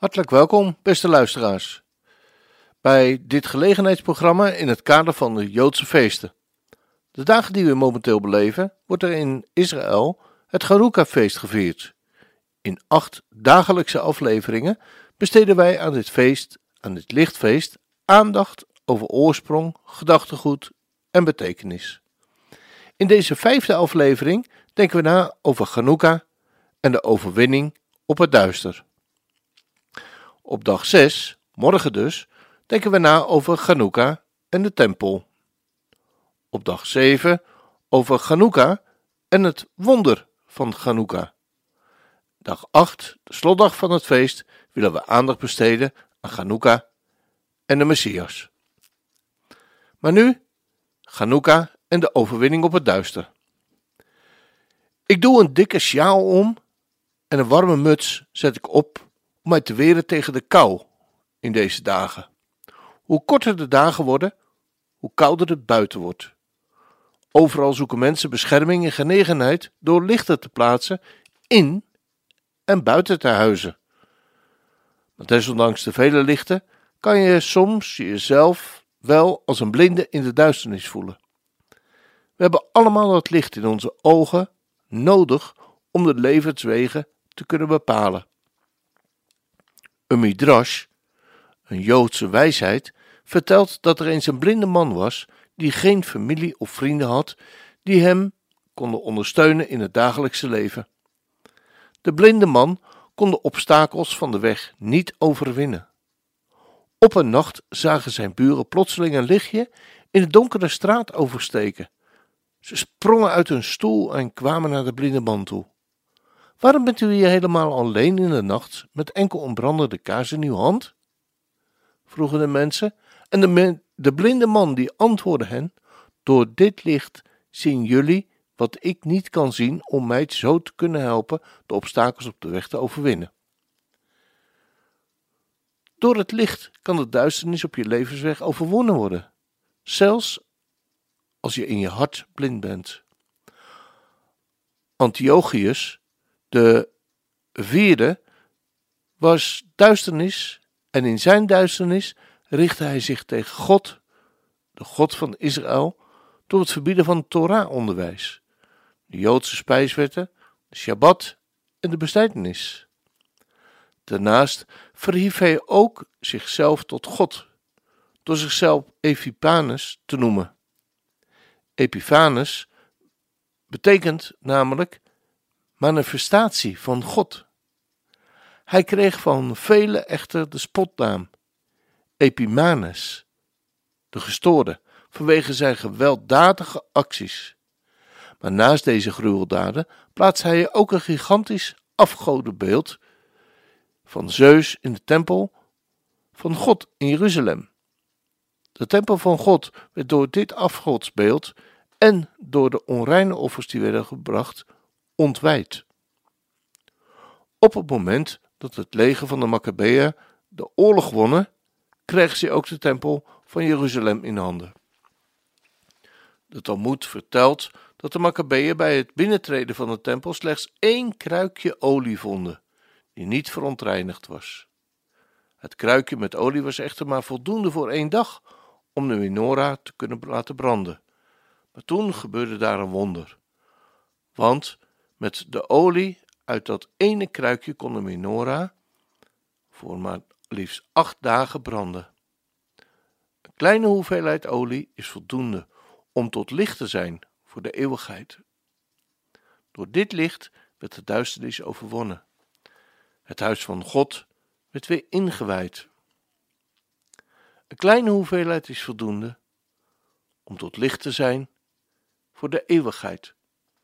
Hartelijk welkom, beste luisteraars, bij dit gelegenheidsprogramma in het kader van de Joodse feesten. De dagen die we momenteel beleven, wordt er in Israël het Chanukka-feest gevierd. In 8 dagelijkse afleveringen besteden wij aan dit lichtfeest, aandacht over oorsprong, gedachtegoed en betekenis. In deze 5e aflevering denken we na over Chanukka en de overwinning op het duister. Op dag 6, morgen dus, denken we na over Chanukka en de tempel. Op dag 7 over Chanukka en het wonder van Chanukka. Dag 8, de slotdag van het feest, willen we aandacht besteden aan Chanukka en de Messias. Maar nu, Chanukka en de overwinning op het duister. Ik doe een dikke sjaal om en een warme muts zet ik op om mij te weren tegen de kou in deze dagen. Hoe korter de dagen worden, hoe kouder het buiten wordt. Overal zoeken mensen bescherming en genegenheid door lichten te plaatsen in en buiten de huizen. Maar desondanks de vele lichten kan je soms jezelf wel als een blinde in de duisternis voelen. We hebben allemaal dat licht in onze ogen nodig om de levenswegen te kunnen bepalen. Een midrash, een Joodse wijsheid, vertelt dat er eens een blinde man was die geen familie of vrienden had die hem konden ondersteunen in het dagelijkse leven. De blinde man kon de obstakels van de weg niet overwinnen. Op een nacht zagen zijn buren plotseling een lichtje in de donkere straat oversteken. Ze sprongen uit hun stoel en kwamen naar de blinde man toe. Waarom bent u hier helemaal alleen in de nacht met enkel een brandende kaars in uw hand? Vroegen de mensen en de blinde man die antwoordde hen: door dit licht zien jullie wat ik niet kan zien om mij zo te kunnen helpen de obstakels op de weg te overwinnen. Door het licht kan de duisternis op je levensweg overwonnen worden, zelfs als je in je hart blind bent. Antiochus de 4e was duisternis en in zijn duisternis richtte hij zich tegen God, de God van Israël, door het verbieden van het Torah-onderwijs, de Joodse spijswetten, de Shabbat en de besnijdenis. Daarnaast verhief hij ook zichzelf tot God, door zichzelf Epiphanes te noemen. Epiphanes betekent namelijk manifestatie van God. Hij kreeg van velen echter de spotnaam Epimanes, de gestoorde, vanwege zijn gewelddadige acties. Maar naast deze gruweldaden plaatste hij ook een gigantisch afgodenbeeld van Zeus in de tempel van God in Jeruzalem. De tempel van God werd door dit afgodsbeeld en door de onreine offers die werden gebracht ontwijd. Op het moment dat het leger van de Makkabeeën de oorlog wonnen, kregen ze ook de tempel van Jeruzalem in handen. De Talmoed vertelt dat de Makkabeeën bij het binnentreden van de tempel slechts 1 kruikje olie vonden, die niet verontreinigd was. Het kruikje met olie was echter maar voldoende voor 1 dag om de menorah te kunnen laten branden. Maar toen gebeurde daar een wonder, want met de olie uit dat ene kruikje kon de menorah voor maar liefst 8 dagen branden. Een kleine hoeveelheid olie is voldoende om tot licht te zijn voor de eeuwigheid. Door dit licht werd de duisternis overwonnen. Het huis van God werd weer ingewijd. Een kleine hoeveelheid is voldoende om tot licht te zijn voor de eeuwigheid.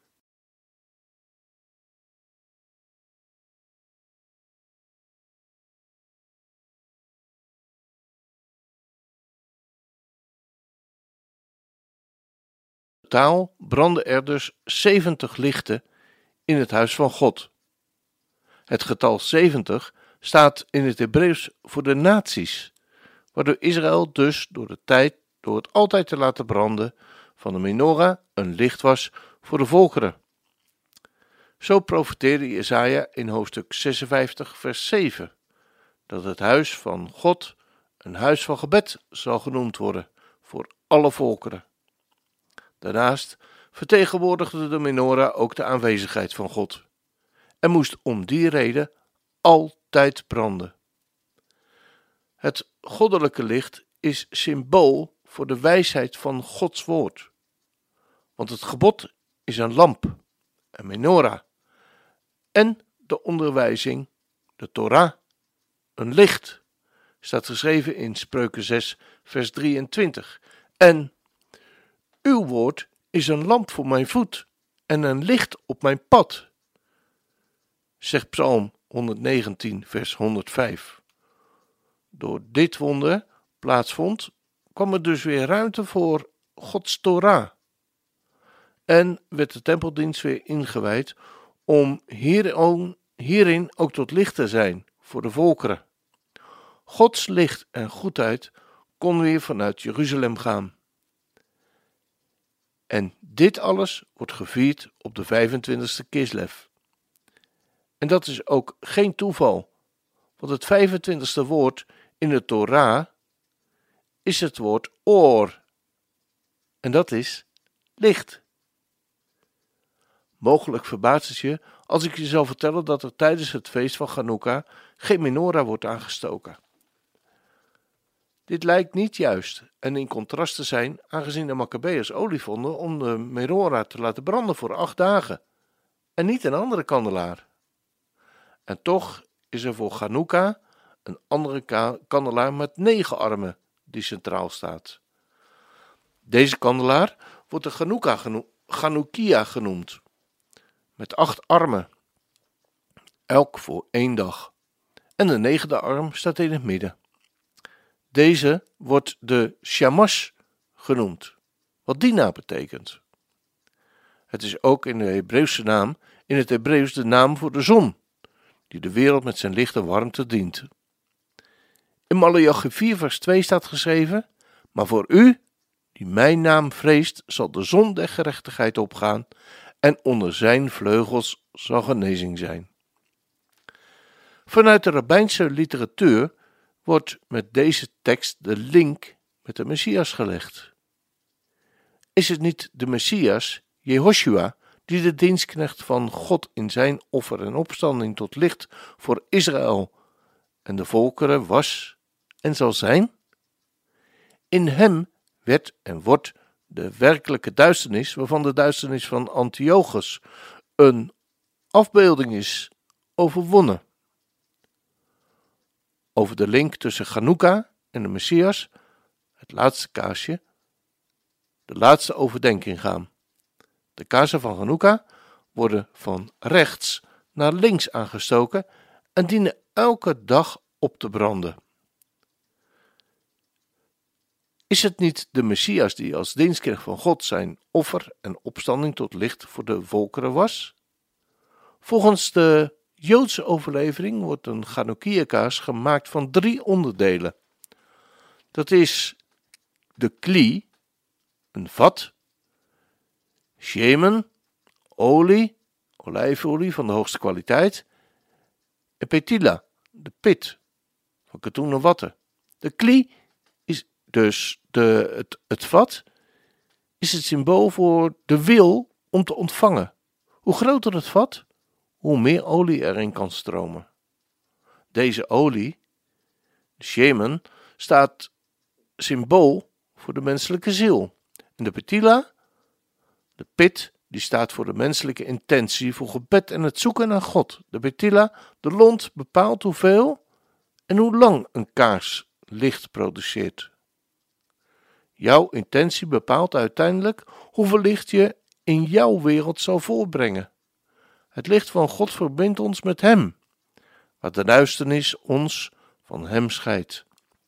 In totaal brandden er dus 70 lichten in het huis van God. Het getal 70 staat in het Hebreeuws voor de naties, waardoor Israël dus door het altijd te laten branden van de menorah een licht was voor de volkeren. Zo profeteerde Jesaja in hoofdstuk 56 vers 7. dat het huis van God een huis van gebed zal genoemd worden voor alle volkeren. Daarnaast vertegenwoordigde de menorah ook de aanwezigheid van God en moest om die reden altijd branden. Het goddelijke licht is symbool voor de wijsheid van Gods woord, want het gebod is een lamp, een menorah, en de onderwijzing, de Torah, een licht, staat geschreven in Spreuken 6, vers 23. En uw woord is een lamp voor mijn voet en een licht op mijn pad, zegt Psalm 119, vers 105. Door dit wonder plaatsvond, kwam er dus weer ruimte voor Gods Torah. En werd de tempeldienst weer ingewijd om hierin ook tot licht te zijn voor de volkeren. Gods licht en goedheid kon weer vanuit Jeruzalem gaan. En dit alles wordt gevierd op de 25e Kislev. En dat is ook geen toeval, want het 25e woord in de Torah is het woord oor. En dat is licht. Mogelijk verbaast het je als ik je zal vertellen dat er tijdens het feest van Chanukka geen menorah wordt aangestoken. Dit lijkt niet juist en in contrast te zijn, aangezien de Maccabeërs olie vonden om de menorah te laten branden voor 8 dagen en niet een andere kandelaar. En toch is er voor Chanukka een andere kandelaar met 9 armen die centraal staat. Deze kandelaar wordt de Chanukkia genoemd, met 8 armen, elk voor 1 dag. En de 9e arm staat in het midden. Deze wordt de Shamash genoemd, wat die naam betekent. Het is ook in het Hebreeuws de naam voor de zon, die de wereld met zijn licht en warmte dient. In Maleachi 4 vers 2 staat geschreven: maar voor u, die mijn naam vreest, zal de zon der gerechtigheid opgaan en onder zijn vleugels zal genezing zijn. Vanuit de rabbijnse literatuur wordt met deze tekst de link met de Messias gelegd. Is het niet de Messias, Jehoshua, die de dienstknecht van God in zijn offer en opstanding tot licht voor Israël en de volkeren was en zal zijn? In hem werd en wordt de werkelijke duisternis, waarvan de duisternis van Antiochus een afbeelding is, overwonnen. Over de link tussen Chanukka en de Messias, het laatste kaarsje, de laatste overdenking gaan. De kaarsen van Chanukka worden van rechts naar links aangestoken en dienen elke dag op te branden. Is het niet de Messias die als dienstknecht van God zijn offer en opstanding tot licht voor de volkeren was? Volgens de Joodse overlevering wordt een Chanukkia-kaars gemaakt van 3 onderdelen. Dat is de kli, een vat, shemen, olie, olijfolie van de hoogste kwaliteit, en petila, de pit, van katoenen watten. De kli is dus het vat, is het symbool voor de wil om te ontvangen. Hoe groter het vat, hoe meer olie erin kan stromen. Deze olie, de shemen, staat symbool voor de menselijke ziel. En de petila, de pit, die staat voor de menselijke intentie, voor gebed en het zoeken naar God. De petila, de lont, bepaalt hoeveel en hoe lang een kaars licht produceert. Jouw intentie bepaalt uiteindelijk hoeveel licht je in jouw wereld zal voorbrengen. Het licht van God verbindt ons met Hem, waar de duisternis ons van Hem scheidt.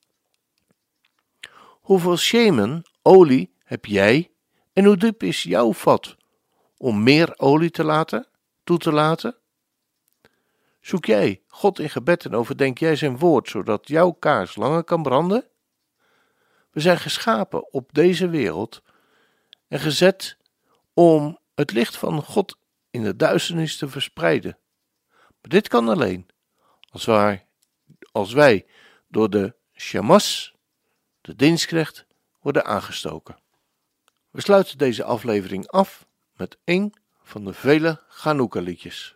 Hoeveel shemen, olie, heb jij en hoe diep is jouw vat om meer olie toe te laten? Zoek jij God in gebed en overdenk jij zijn woord, zodat jouw kaars langer kan branden? We zijn geschapen op deze wereld en gezet om het licht van God in de duisternis te verspreiden. Maar dit kan alleen als wij door de shamas, de dienstknecht, worden aangestoken. We sluiten deze aflevering af met een van de vele Chanukka liedjes.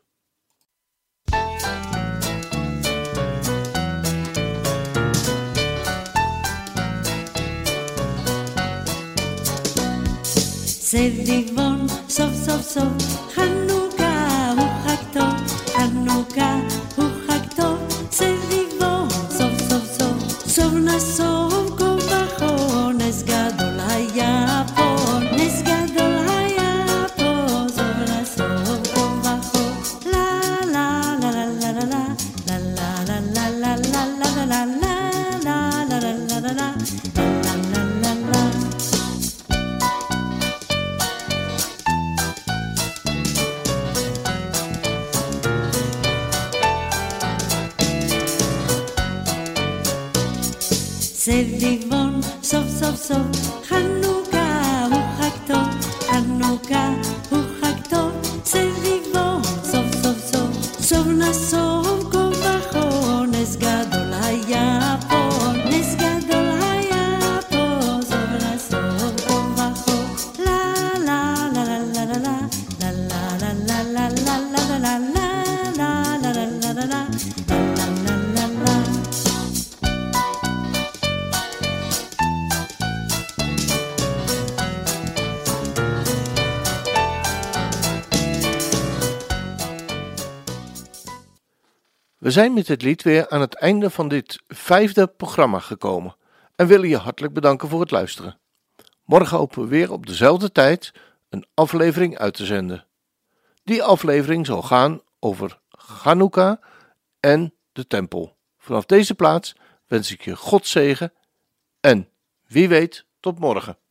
סביבון סוף סוף סוף חנוכה הוא חג טוב, חנוכה הוא חג טוב, סביבון סוף סוף סוף סוף נסוף כה וכה, נס גדול היה פה, נס גדול היה פה, סוף נסוף כה וכה, לה לה לה לה לה לה לה לה לה לה לה לה לה לה לה לה לה סביבון סוף סוף סוף חנוכה הוא חג טוב, חנוכה הוא חג טוב, סביבון סוף סוף סוף סוף נסוף כה וכה, נס גדול היה פה, נס גדול היה פה, סוף נסוף כה וכה, לה לה לה לה לה לה לה לה לה לה לה לה לה לה לה לה We zijn met dit lied weer aan het einde van dit 5e programma gekomen en willen je hartelijk bedanken voor het luisteren. Morgen hopen we weer op dezelfde tijd een aflevering uit te zenden. Die aflevering zal gaan over Chanukka en de tempel. Vanaf deze plaats wens ik je Gods zegen en wie weet tot morgen.